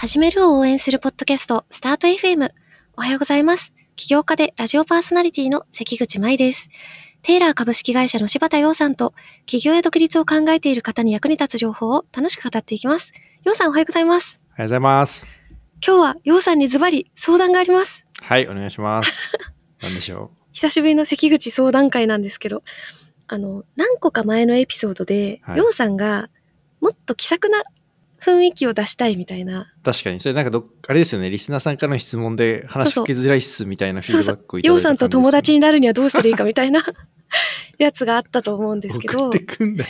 始めるを応援するポッドキャスト、スタート FM。おはようございます。起業家でラジオパーソナリティの関口舞です。テイラー株式会社の柴田洋さんと、起業や独立を考えている方に役に立つ情報を楽しく語っていきます。洋さんおはようございます。 おはようございます。 今日は洋さんにズバリ相談があります。 はい、お願いします。何でしょう。 久しぶりの関口相談会なんですけど、何個か前のエピソードで、洋さんがもっと気さくな雰囲気を出したいみたいな。 確かにそれなんかあれですよね、リスナーさんからの質問で話しかけづらいっすみたいなフィードバックをいただいた感じですね。 洋さんと友達になるにはどうしたらいいかみたいなやつがあったと思うんですけど。 送ってくんだよ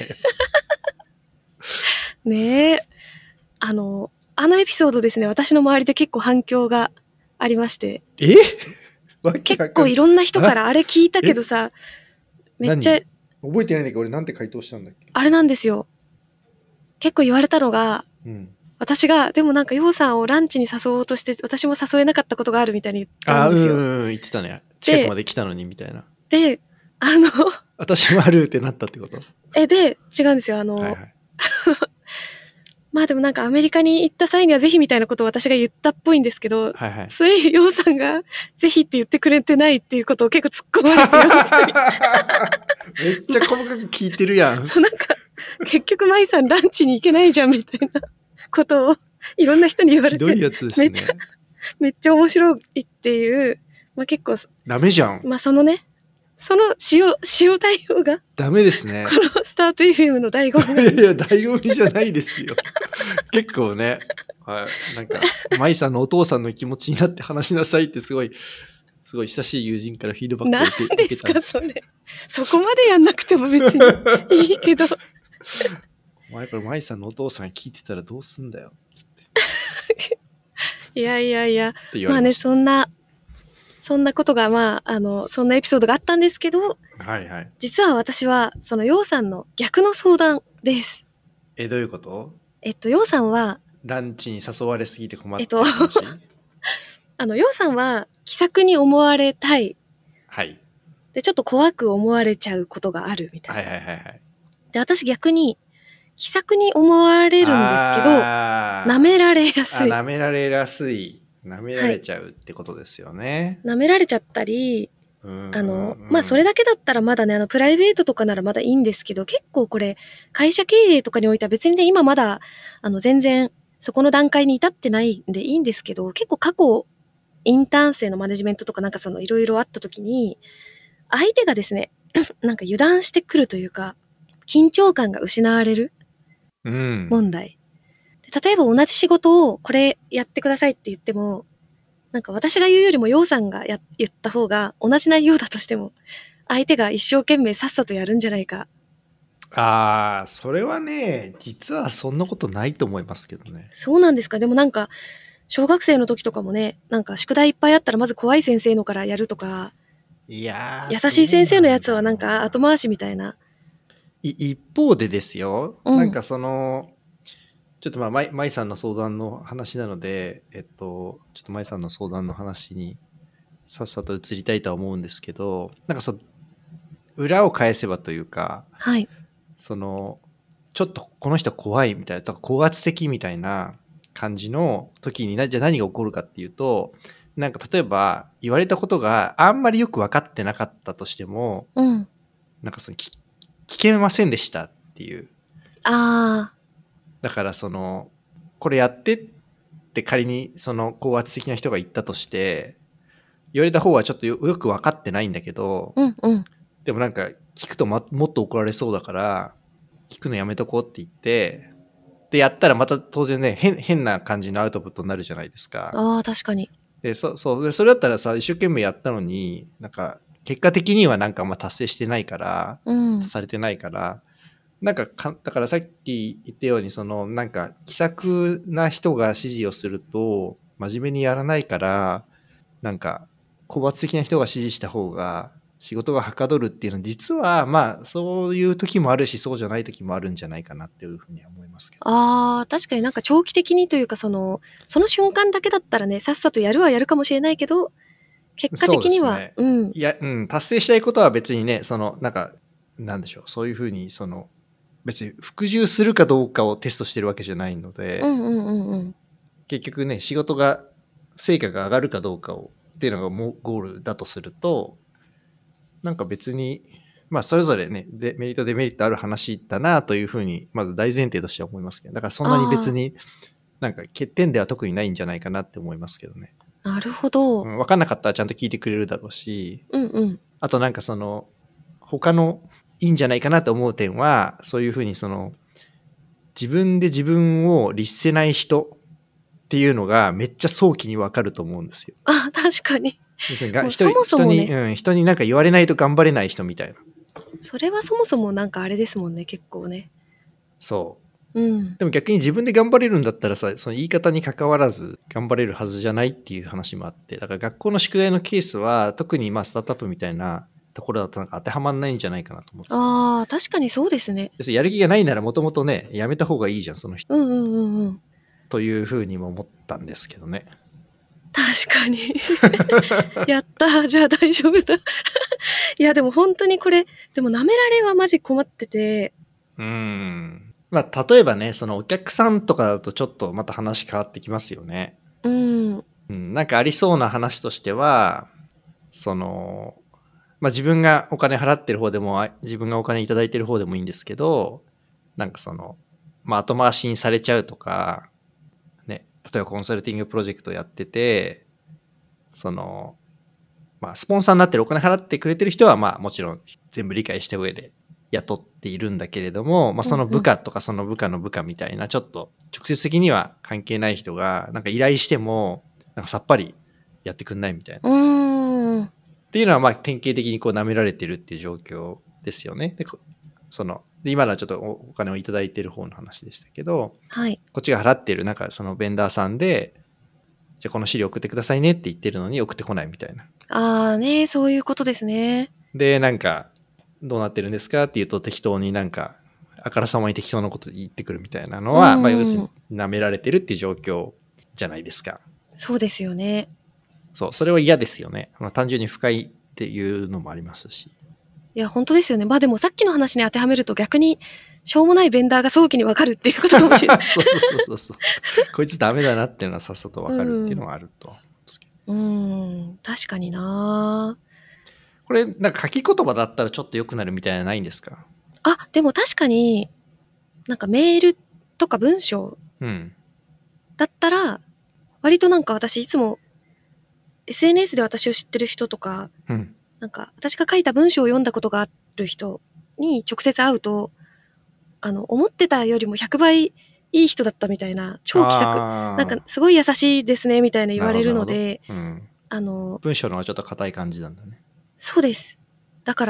ねえ、あのエピソードですね、私の周りで結構反響がありまして。結構いろんな人からあれ聞いたけどさ、めっちゃ覚えてないんだけど、俺なんて回答したんだっけ。 あれなんですよ。結構言われたのが、私がでもなんか洋さんをランチに誘おうとして私も誘えなかったことがあるみたいに言ったんですよ。 言ってたね。近くまで来たのにみたいな。 で、 私もあるってなったってこと？ で違うんですよ。まあでもなんかアメリカに行った際にはぜひみたいなことを私が言ったっぽいんですけど、それに洋さんがぜひって言ってくれてないっていうことを結構突っ込まれてめっちゃ細かく聞いてるやん。 そうなんか結局舞さんランチに行けないじゃんみたいなことをいろんな人に言われて、 ひどいやつですね。 めっちゃ面白いっていう、まあ結構ダメじゃん。 まあその塩対応がダメですね。 このスタート FM の醍醐味。 いや醍醐味じゃないですよ。結構ね、はい、なんか舞さんのお父さんの気持ちになって話しなさいってすごい親しい友人からフィードバックを受けたんです。 何ですかそれ。そこまでやんなくても別にいいけど。 お前これ舞さんのお父さん聞いてたらどうすんだよつって。 いやまあね、そんなことがまあそんなエピソードがあったんですけど、 はいはい。 実は私はその洋さんの逆の相談です。 どういうこと？ 洋さんはランチに誘われすぎて困ってる感じ？ 洋さんは気さくに思われたい。 はい。 でちょっと怖く思われちゃうことがあるみたいな。 はい。 で私逆に気さくに思われるんですけど、舐められやすい。 舐められやすい。舐められちゃうってことですよね。 舐められちゃったり、まあそれだけだったらまだね、プライベートとかならまだいいんですけど、結構これ会社経営とかにおいては別にね、今まだ全然そこの段階に至ってないんでいいんですけど、結構過去インターン生のマネジメントとかなんかいろいろあった時に、相手がですね、なんか油断してくるというか、緊張感が失われる問題。例えば同じ仕事をこれやってくださいって言っても、なんか私が言うよりも洋さんが言った方が同じ内容だとしても相手が一生懸命さっさとやるんじゃないか。 それはね、実はそんなことないと思いますけどね。 そうなんですか。でもなんか小学生の時とかもね、なんか宿題いっぱいあったらまず怖い先生のからやるとか、 いや優しい先生のやつはなんか後回しみたいな。 一方でですよ、なんかちょっと舞さんの相談の話なので、ちょっと舞さんの相談の話にさっさと移りたいとは思うんですけど、なんか裏を返せばというか、 はい、 ちょっとこの人怖いみたいな、とか高圧的みたいな感じの時にじゃあ何が起こるかっていうと、なんか例えば言われたことがあんまりよく分かってなかったとしても、なんか聞けませんでしたっていう。だからこれやってって仮に高圧的な人が言ったとして、言われた方はちょっとよく分かってないんだけど、でもなんか聞くともっと怒られそうだから聞くのやめとこうって言ってでやったらまた当然ね変な感じのアウトプットになるじゃないですか。 確かに。 でそれだったらさ、一生懸命やったのになんか結果的にはなんか達成してないから、されてないからなんかだからさっき言ったようになんか気さくな人が指示をすると真面目にやらないから、なんか高圧的な人が指示した方が仕事がはかどるっていうのは実はまあそういう時もあるしそうじゃない時もあるんじゃないかなっていうふうには思いますけど。 確かになんか長期的にというかその瞬間だけだったらね、さっさとやるはやるかもしれないけど、結果的には、 達成したいことは別にね、なんかなんでしょう、そういうふうに別に服従するかどうかをテストしてるわけじゃないので、 結局ね、仕事が、成果が上がるかどうかを、っていうのがもうゴールだとすると、なんか別に、まあそれぞれね、でメリットデメリットある話だなというふうに、まず大前提としては思いますけど、だからそんなに別になんか欠点では特にないんじゃないかなって思いますけどね。 なるほど。 分かんなかったらちゃんと聞いてくれるだろうし、 うんうん。 あとなんかその、他のいいんじゃないかなと思う点は、そういうふうにその、自分で自分を律せない人っていうのがめっちゃ早期に分かると思うんですよ。 あ、確かに。 要するにそもそもね、 人になんか言われないと頑張れない人みたいな。 それはそもそもなんかあれですもんね、結構ね。 そう。 うん。 でも逆に自分で頑張れるんだったらさ、その言い方に関わらず頑張れるはずじゃないっていう話もあって、だから学校の宿題のケースは特にまあスタートアップみたいなところだとなんか当てはまんないんじゃないかなと思ってた。 ああ、確かにそうですね。 要するにやる気がないならもともとね、やめた方がいいじゃん、その人。 うんうんうんうん。 というふうにも思ったんですけどね。 確かに。やった。じゃあ大丈夫だ。いや、でも本当にこれ、でも舐められはマジ困ってて。 まあ、例えばね、そのお客さんとかだとちょっとまた話変わってきますよね。 うん。 なんかありそうな話としては、その、まあ自分がお金払ってる方でも、自分がお金いただいてる方でもいいんですけど、なんかその、まあ後回しにされちゃうとか、ね、例えばコンサルティングプロジェクトやってて、その、まあスポンサーになってるお金払ってくれてる人はまあもちろん全部理解した上で雇っているんだけれども、まあその部下とかその部下の部下みたいなちょっと直接的には関係ない人がなんか依頼してもなんかさっぱりやってくんないみたいな。っていうのはまあ典型的にこう舐められてるっていう状況ですよね。で今のはちょっとお金をいただいてる方の話でしたけど、 はい、 こっちが払ってるなんかそのベンダーさんで、じゃあこの資料送ってくださいねって言ってるのに送ってこないみたいな。 ああね、そういうことですね。 で、なんか、どうなってるんですかって言うと適当になんか、あからさまに適当なこと言ってくるみたいなのは、まあ要するに舐められてるっていう状況じゃないですか。 そうですよね。 そう、それは嫌ですよね。まあ、単純に不快っていうのもありますし。 いや、本当ですよね。まあでもさっきの話に当てはめると逆に、しょうもないベンダーが早期に分かるっていうことかもしれない。 そう。こいつダメだなっていうのはさっさと分かるっていうのはあると。 確かにな。 これ、なんか書き言葉だったらちょっと良くなるみたいなのないんですか？ あ、でも確かに、なんかメールとか文章だったら、割となんか私いつも SNS で私を知ってる人とか、なんか私が書いた文章を読んだことがある人に直接会うと、思ってたよりも100倍いい人だったみたいな、超気さく、なんかすごい優しいですねみたいな言われるので、 文章の方がちょっと硬い感じなんだね。 そうです。だから、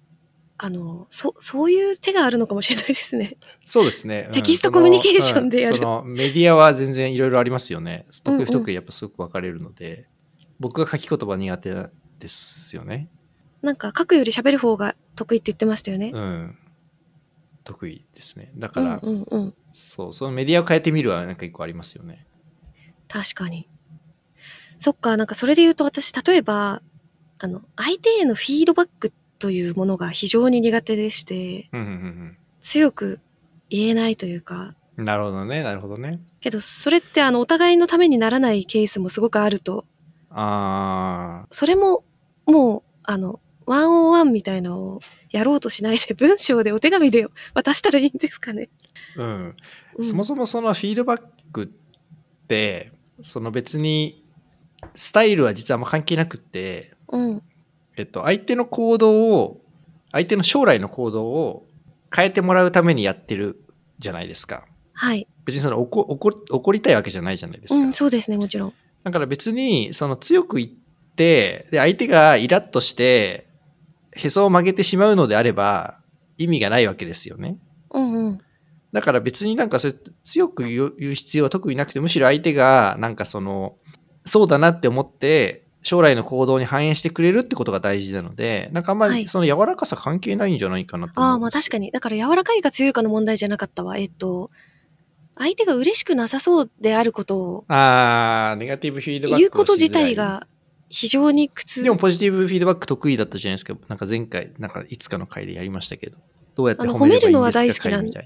そういう手があるのかもしれないですね。 そうですね。 テキストコミュニケーションでやる。 そのメディアは全然いろいろありますよね。得意不得意やっぱすごく分かれるので、僕が書き言葉苦手ですよね。 なんか書くより喋る方が得意って言ってましたよね。 得意ですね。だから、そのメディアを変えてみるはなんか一個ありますよね。 確かに。そっか、なんかそれで言うと私、例えば、相手へのフィードバックというものが非常に苦手でして、強く言えないというか。 なるほどね。 けど、それってお互いのためにならないケースもすごくあると。それも、もう、1on1みたいのをやろうとしないで、文章でお手紙で渡したらいいんですかね。 そもそもそのフィードバックって、その別に、スタイルは実はあんま関係なくって、相手の将来の行動を変えてもらうためにやってるじゃないですか。 はい。 別にその怒りたいわけじゃないじゃないですか。 そうですね、もちろん。 だから別に、その強く言って、で、相手がイラッとして、へそを曲げてしまうのであれば、意味がないわけですよね。だから別になんかそれ強く言う必要は特になくて、むしろ相手がなんかそうだなって思って将来の行動に反映してくれるってことが大事なので、なんかあんまりその柔らかさ関係ないんじゃないかなと思うんです。 まあ確かに。だから柔らかいか強いかの問題じゃなかったわ。相手が嬉しくなさそうであることを。 ネガティブフィードバックをしづらい。 言うこと自体が非常に苦痛。 でもポジティブフィードバック得意だったじゃないですか。なんか前回、なんかいつかの回でやりましたけど。どうやって褒めればいいんですか、みたいな。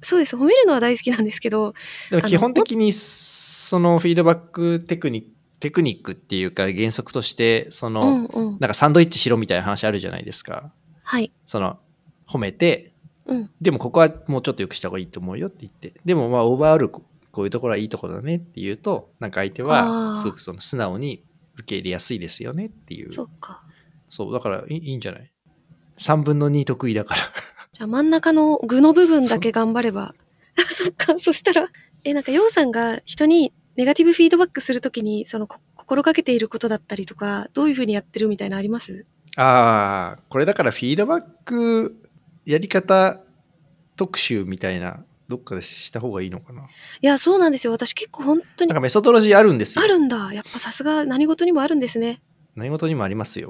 そうです。褒めるのは大好きなんですけど。 でも基本的にそのフィードバックテクニックっていうか原則としてなんかサンドイッチしろみたいな話あるじゃないですか。 はい。 褒めて、でもここはもうちょっと良くした方がいいと思うよって言って、でもまあオーバーオールこういうところはいいところだねって言うと、なんか相手はすごく素直に受け入れやすいですよねっていう。 そうか。 そうだからいいんじゃない？3分の2得意だから。 じゃあ真ん中の具の部分だけ頑張れば。そっか。そしたらなんかヨウさんが人にネガティブフィードバックするときに心がけていることだったりとか、どういうふうにやってるみたいなのあります？ これだからフィードバックやり方特集みたいなどっかでした方がいいのかな。いや、そうなんですよ。私結構本当になんかメソドロジーあるんですよ。 あるんだ。やっぱさすが何事にもあるんですね。 何事にもありますよ。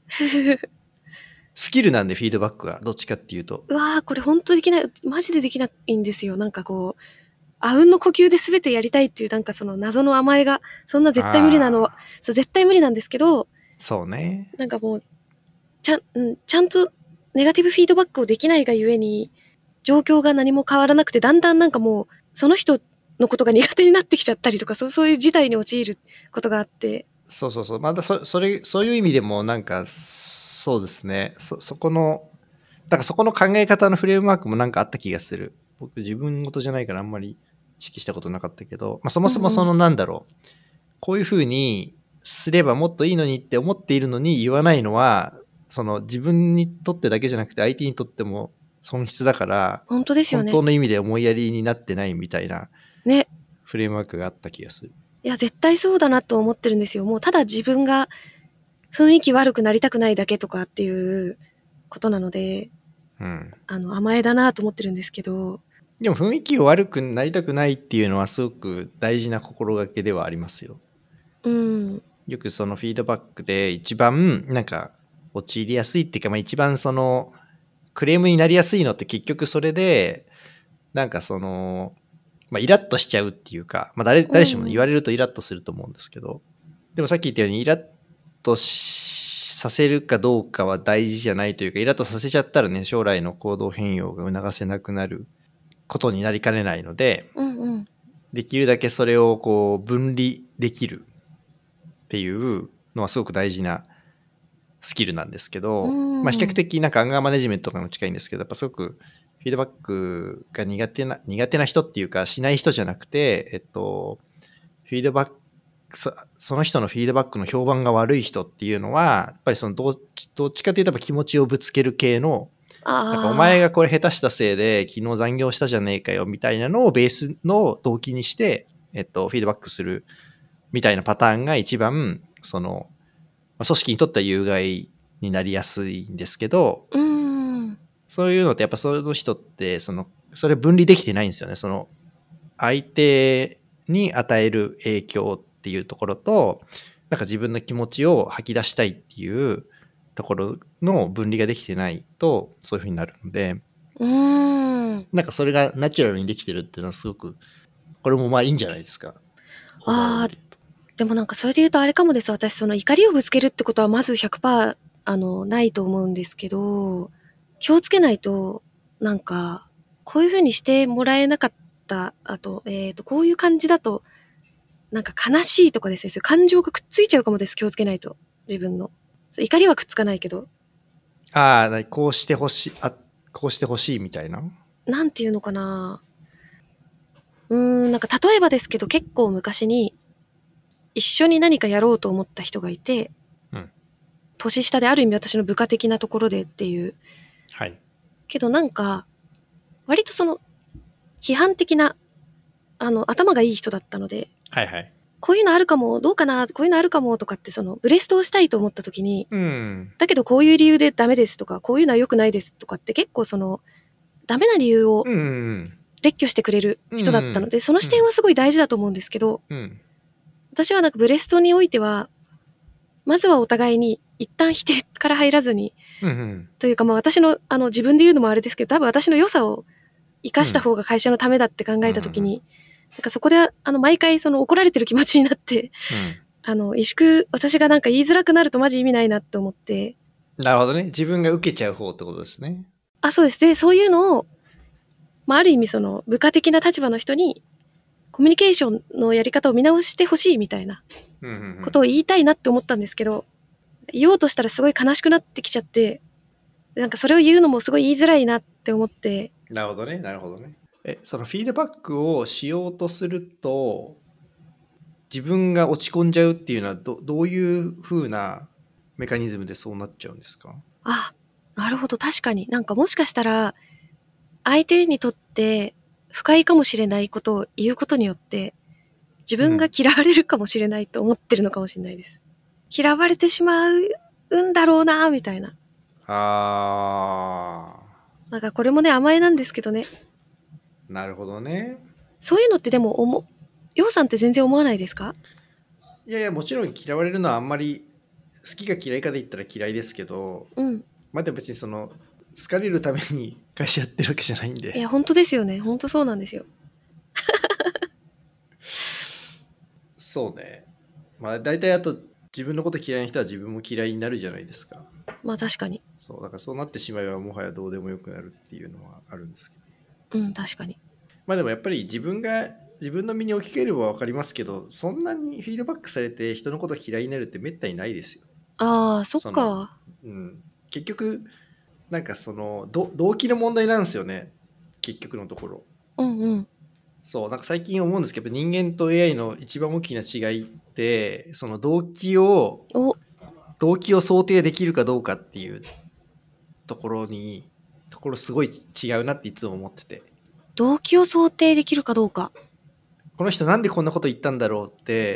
スキルなんでフィードバックがどっちかっていうと。 うわー、これ本当できない、マジでできないんですよ。なんかこうあうんの呼吸で全てやりたいっていう、なんかその謎の甘えが、そんな絶対無理なのは、絶対無理なんですけど、 そうね。 なんかもうちゃんとネガティブフィードバックをできないがゆえに、状況が何も変わらなくて、だんだんなんかもうその人のことが苦手になってきちゃったりとか、そういう事態に陥ることがあって。 そうまたそういう意味でもなんかそうですね。そこのだからそこの考え方のフレームワークもなんかあった気がする。僕自分事じゃないからあんまり意識したことなかったけど、まあ、そもそもなんだろう、こういう風にすればもっといいのにって思っているのに言わないのは、自分にとってだけじゃなくて相手にとっても損失だから、 本当ですよね。 本当の意味で思いやりになってないみたいなね。 フレームワークがあった気がする。 いや、絶対そうだなと思ってるんですよ。もうただ自分が雰囲気悪くなりたくないだけとかっていうことなので、甘えだなと思ってるんですけど。 でも雰囲気を悪くなりたくないっていうのはすごく大事な心がけではありますよ。よくそのフィードバックで一番なんか陥りやすいっていうか、まあ、一番クレームになりやすいのって結局それでなんかまあ、イラッとしちゃうっていうか、まあ、誰しも言われるとイラッとすると思うんですけど、でもさっき言ったようにイラッとさせるかどうかは大事じゃないというか、イラッとさせちゃったらね、将来の行動変容が促せなくなることになりかねないので、できるだけそれをこう分離できるっていうのはすごく大事なスキルなんですけど、まあ、比較的なんかアンガーマネジメントとかも近いんですけど、やっぱすごくフィードバックが苦手な人っていうかしない人じゃなくて、フィードバックその人のフィードバックの評判が悪い人っていうのはやっぱりどっちかというと気持ちをぶつける系の、なんかお前がこれ下手したせいで昨日残業したじゃねえかよみたいなのをベースの動機にして、フィードバックするみたいなパターンが一番組織にとっては有害になりやすいんですけど、そういうのってやっぱその人ってそれ分離できてないんですよね。相手に与える影響っていうところと、なんか自分の気持ちを吐き出したいっていうところの分離ができてないとそういう風になるので、なんかそれがナチュラルにできてるっていうのはすごくこれもまあいいんじゃないですか。 でもなんかそれで言うとあれかもです。私怒りをぶつけるってことはまず 100% ないと思うんですけど、気をつけないとなんかこういう風にしてもらえなかった、あとこういう感じだとなんか悲しいとかですね、そういう感情がくっついちゃうかもです。気をつけないと。自分の怒りはくっつかないけど、 こうしてほしいみたいな、 なんていうのかな、なんか例えばですけど、結構昔に一緒に何かやろうと思った人がいて、年下である意味私の部下的なところでっていう、けどなんか割と批判的な頭がいい人だったので、こういうのあるかも、どうかな、こういうのあるかもとかってブレストをしたいと思った時に、だけどこういう理由でダメですとか、こういうのは良くないですとかって結構ダメな理由を列挙してくれる人だったので、その視点はすごい大事だと思うんですけど、私はなんかブレストにおいては、まずはお互いに一旦否定から入らずに、というかまあ私の自分で言うのもあれですけど、多分私の良さを生かした方が会社のためだって考えた時に、なんかそこで毎回怒られてる気持ちになって、萎縮、私がなんか言いづらくなるとマジ意味ないなって思って。 なるほどね。自分が受けちゃう方ってことですね。 そうです。で、そういうのをある意味その部下的な立場の人にコミュニケーションのやり方を見直してほしいみたいなことを言いたいなって思ったんですけど、言おうとしたらすごい悲しくなってきちゃって、なんかそれを言うのもすごい言いづらいなって思って。 なるほどね、なるほどね。そのフィードバックをしようとすると自分が落ち込んじゃうっていうのはどういう風なメカニズムでそうなっちゃうんですか？ あ、なるほど。確かになんかもしかしたら相手にとって不快かもしれないことを言うことによって自分が嫌われるかもしれないと思ってるのかもしれないです。嫌われてしまうんだろうなみたいな。なんかこれもね甘えなんですけどね。 なるほどね。 そういうのってでもようさんって全然思わないですか？ いやいや、もちろん嫌われるのはあんまり好きか嫌いかで言ったら嫌いですけど、まあでも別にその好かれるために会社やってるわけじゃないんで。 いや本当ですよね。本当そうなんですよ。 そうね。まあ大体あと自分のこと嫌いな人は自分も嫌いになるじゃないですか。 まあ確かに。 そうだからそうなってしまえばもはやどうでもよくなるっていうのはあるんですけど。 確かに。 まあでもやっぱり自分の身に置き換えれば分かりますけど、そんなにフィードバックされて人のこと嫌いになるってめったにないですよ。 そっか。 結局なんかその動機の問題なんですよね、結局のところ。そうなんか最近思うんですけど、人間と AI の一番大きな違いってその動機を想定できるかどうかっていうところすごい違うなっていつも思ってて。 動機を想定できるかどうか。 この人なんでこんなこと言ったんだろうって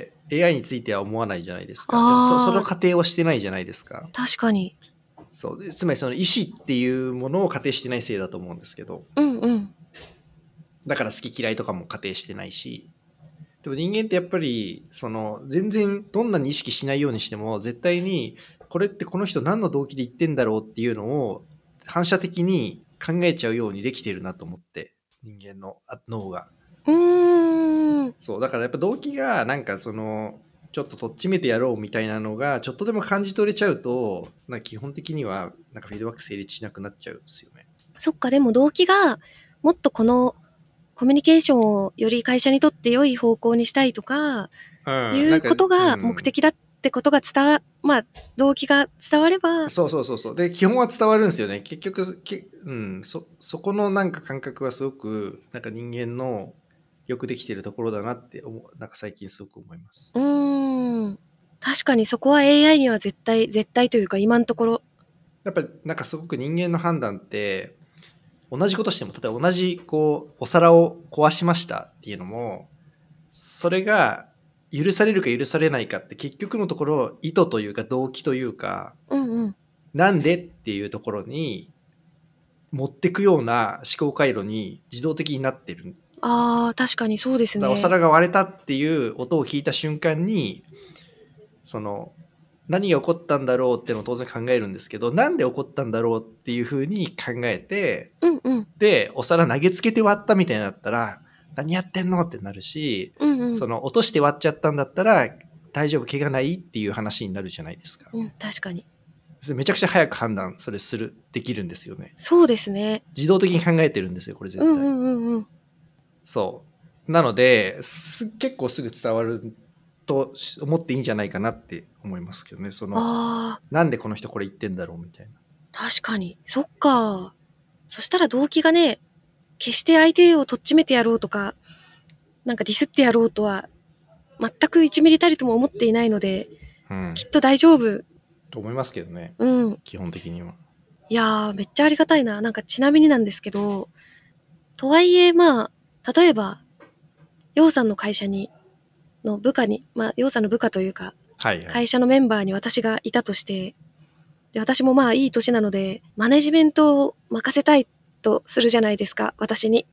AI については思わないじゃないですか。その仮定をしてないじゃないですか。 確かに。 そうつまりその意思っていうものを仮定してないせいだと思うんですけど、だから好き嫌いとかも仮定してないし、でも人間ってやっぱりその全然どんなに意識しないようにしても絶対にこれってこの人何の動機で言ってんだろうっていうのを反射的に考えちゃうようにできてるなと思って、人間の脳が。そうだからやっぱ動機がなんかそのちょっととっちめてやろうみたいなのがちょっとでも感じ取れちゃうと、なんか基本的にはなんかフィードバック成立しなくなっちゃうんですよね。 そっか。でも動機がもっとこのコミュニケーションをより会社にとって良い方向にしたいとか、いうことが目的だってことが動機が伝われば。 そうで基本は伝わるんですよね。結局そこのなんか感覚はすごくなんか人間のよくできてるところだなってなんか最近すごく思います。 確かにそこは AI には絶対というか今のところやっぱりなんかすごく人間の判断って同じことしても、例えば同じこうお皿を壊しましたっていうのも、それが許されるか許されないかって結局のところ意図というか動機というか、なんでっていうところに持ってくような思考回路に自動的になってる。 確かにそうですね。 お皿が割れたっていう音を聞いた瞬間にその何が起こったんだろうっていうのを当然考えるんですけど、なんで起こったんだろうっていうふうに考えて、でお皿投げつけて割ったみたいになったら何やってんのってなるし、その落として割っちゃったんだったら大丈夫怪我ないっていう話になるじゃないですか。 確かにめちゃくちゃ早く判断できるんですよね。 そうですね。 自動的に考えてるんですよこれ絶対。そうなので結構すぐ伝わると思っていいんじゃないかなって思いますけどね。そのなんでこの人これ言ってんだろうみたいな。 確かにそっか。そしたら動機がね、決して相手をとっちめてやろうとかなんかディスってやろうとは全く1ミリたりとも思っていないので、きっと大丈夫と思いますけどね。基本的には。 いやーめっちゃありがたいな。なんかちなみになんですけど、とはいえ例えばようさんの会社の部下に、ようさんの部下というか、会社のメンバーに私がいたとして、で私もいい年なのでマネジメントを任せたいとするじゃないですか、私に。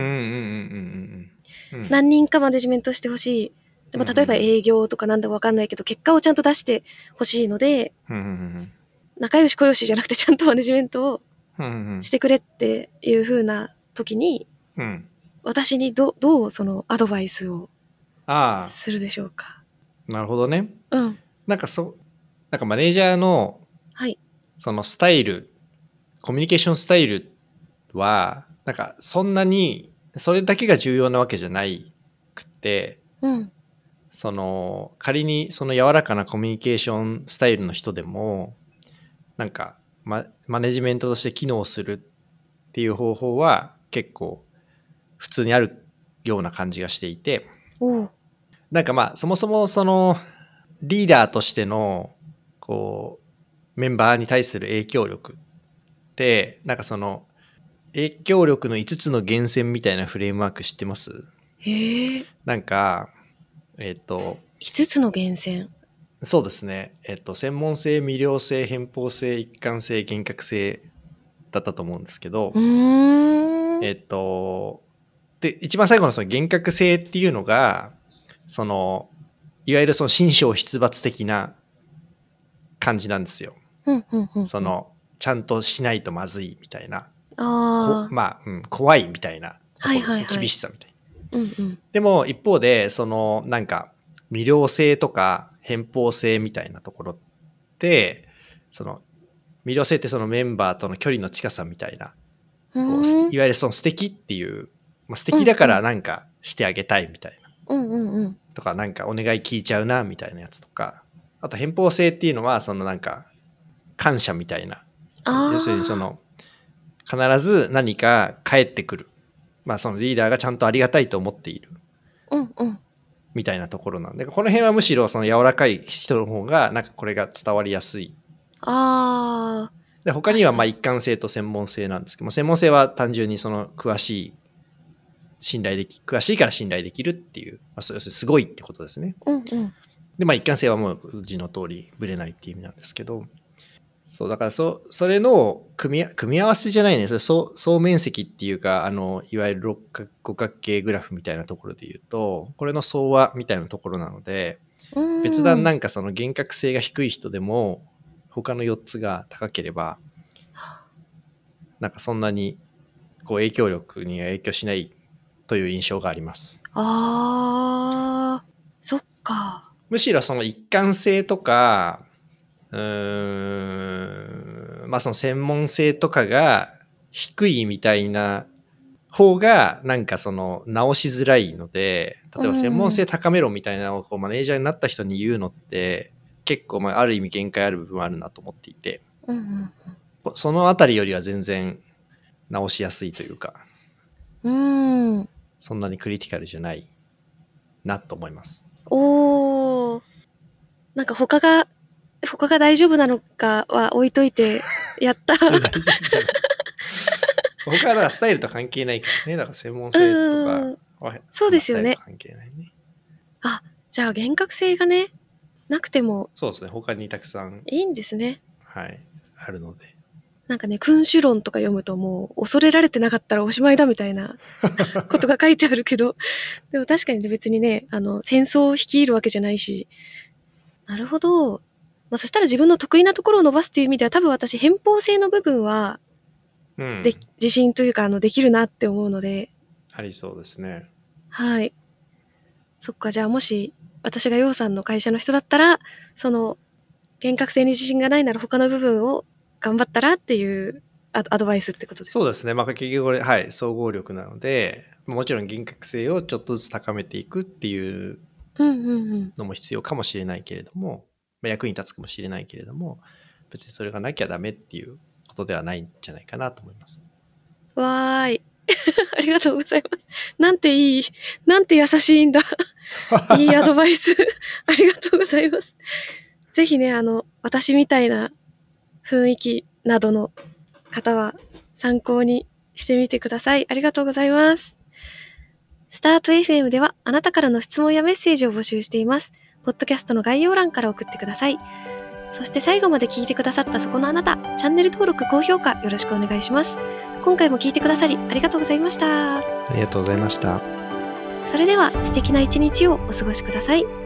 何人かマネジメントしてほしい。でも例えば営業とかなんだか分かんないけど結果をちゃんと出してほしいので、仲良し小良しじゃなくてちゃんとマネジメントをしてくれっていう風な時に、私にどうそのアドバイスをするでしょうか。 なるほどね。なんかマネージャーのそのスタイル、コミュニケーションスタイルはなんかそんなにそれだけが重要なわけじゃないくって、 うん。 その仮にその柔らかなコミュニケーションスタイルの人でもなんかマネジメントとして機能するっていう方法は結構普通にあるような感じがしていて、 おう。 なんかまあそもそもそのリーダーとしてのこうメンバーに対する影響力ってなんかその影響力の5つの源泉みたいなフレームワーク知ってます？ へえ。 なんか 5つの源泉。 そうですね。専門性、魅了性、偏方性、一貫性、厳格性だったと思うんですけど、で、一番最後のその厳格性っていうのが、その、いわゆるその心象筆抜的な感じなんですよ。その、ちゃんとしないとまずいみたいな。まあ、怖いみたいなところですね。厳しさみたいな。でも、一方で、その、なんか、魅了性とか偏方性みたいなところって、その、魅了性ってそのメンバーとの距離の近さみたいな、こういわゆるその素敵っていう、まあ、素敵だからなんかしてあげたいみたいな、とかなんかお願い聞いちゃうなみたいなやつとか、あと偏方性っていうのはそのなんか感謝みたいな、要するにその必ず何か返ってくる、まあそのリーダーがちゃんとありがたいと思っている、みたいなところなんで、この辺はむしろその柔らかい人の方がなんかこれが伝わりやすい。で他にはまあ一貫性と専門性なんですけども、専門性は単純にその詳しいから信頼できるっていう、まあ、要するにすごいってことですね。でまあ一貫性はもう字の通りぶれないっていう意味なんですけど、そうだからそれの組み合わせじゃないね。総面積っていうかいわゆる五角形グラフみたいなところで言うと、これの総和みたいなところなので、別段なんかその厳格性が低い人でも他の4つが高ければなんかそんなにこう影響力には影響しないという印象があります。 そっか。 むしろその一貫性とかまあその専門性とかが低いみたいな方がなんかその直しづらいので、例えば専門性高めろみたいなのをこうマネージャーになった人に言うのって結構まあある意味限界ある部分はあるなと思っていて、そのあたりよりは全然直しやすいというか、そんなにクリティカルじゃないなと思います。 なんか他が大丈夫なのかは置いといてやった大丈夫じゃない他はだからスタイルと関係ないからね。だから専門性とかはそうですよね。 関係ないね。 じゃあ厳格性がねなくてもそうですね。他にたくさんいいんですね。 はい、あるので。 なんかね、君主論とか読むともう恐れられてなかったらおしまいだみたいなことが書いてあるけど、でも確かに別にね、戦争を率いるわけじゃないし、なるほど。まあ、そしたら自分の得意なところを伸ばすっていう意味では多分私偏方性の部分は、自信というかできるなって思うので。 ありそうですね。 はい。そっか、じゃあもし私が陽さんの会社の人だったら、その厳格性に自信がないなら他の部分を頑張ったらっていうアドバイスってことですか？ そうですね。まあ結局これ、はい、総合力なので、もちろん厳格性をちょっとずつ高めていくっていうのも必要かもしれないけれども、まあ、役に立つかもしれないけれども、別にそれがなきゃダメっていうことではないんじゃないかなと思います。 わーい。ありがとうございます。なんて優しいんだ。いいアドバイス。ありがとうございます。ぜひね、私みたいな雰囲気などの方は参考にしてみてください。ありがとうございます。スタート FM ではあなたからの質問やメッセージを募集しています。ポッドキャストの概要欄から送ってください。そして最後まで聞いてくださったそこのあなた、チャンネル登録、高評価よろしくお願いします。今回も聞いてくださりありがとうございました。 ありがとうございました。 それでは素敵な一日をお過ごしください。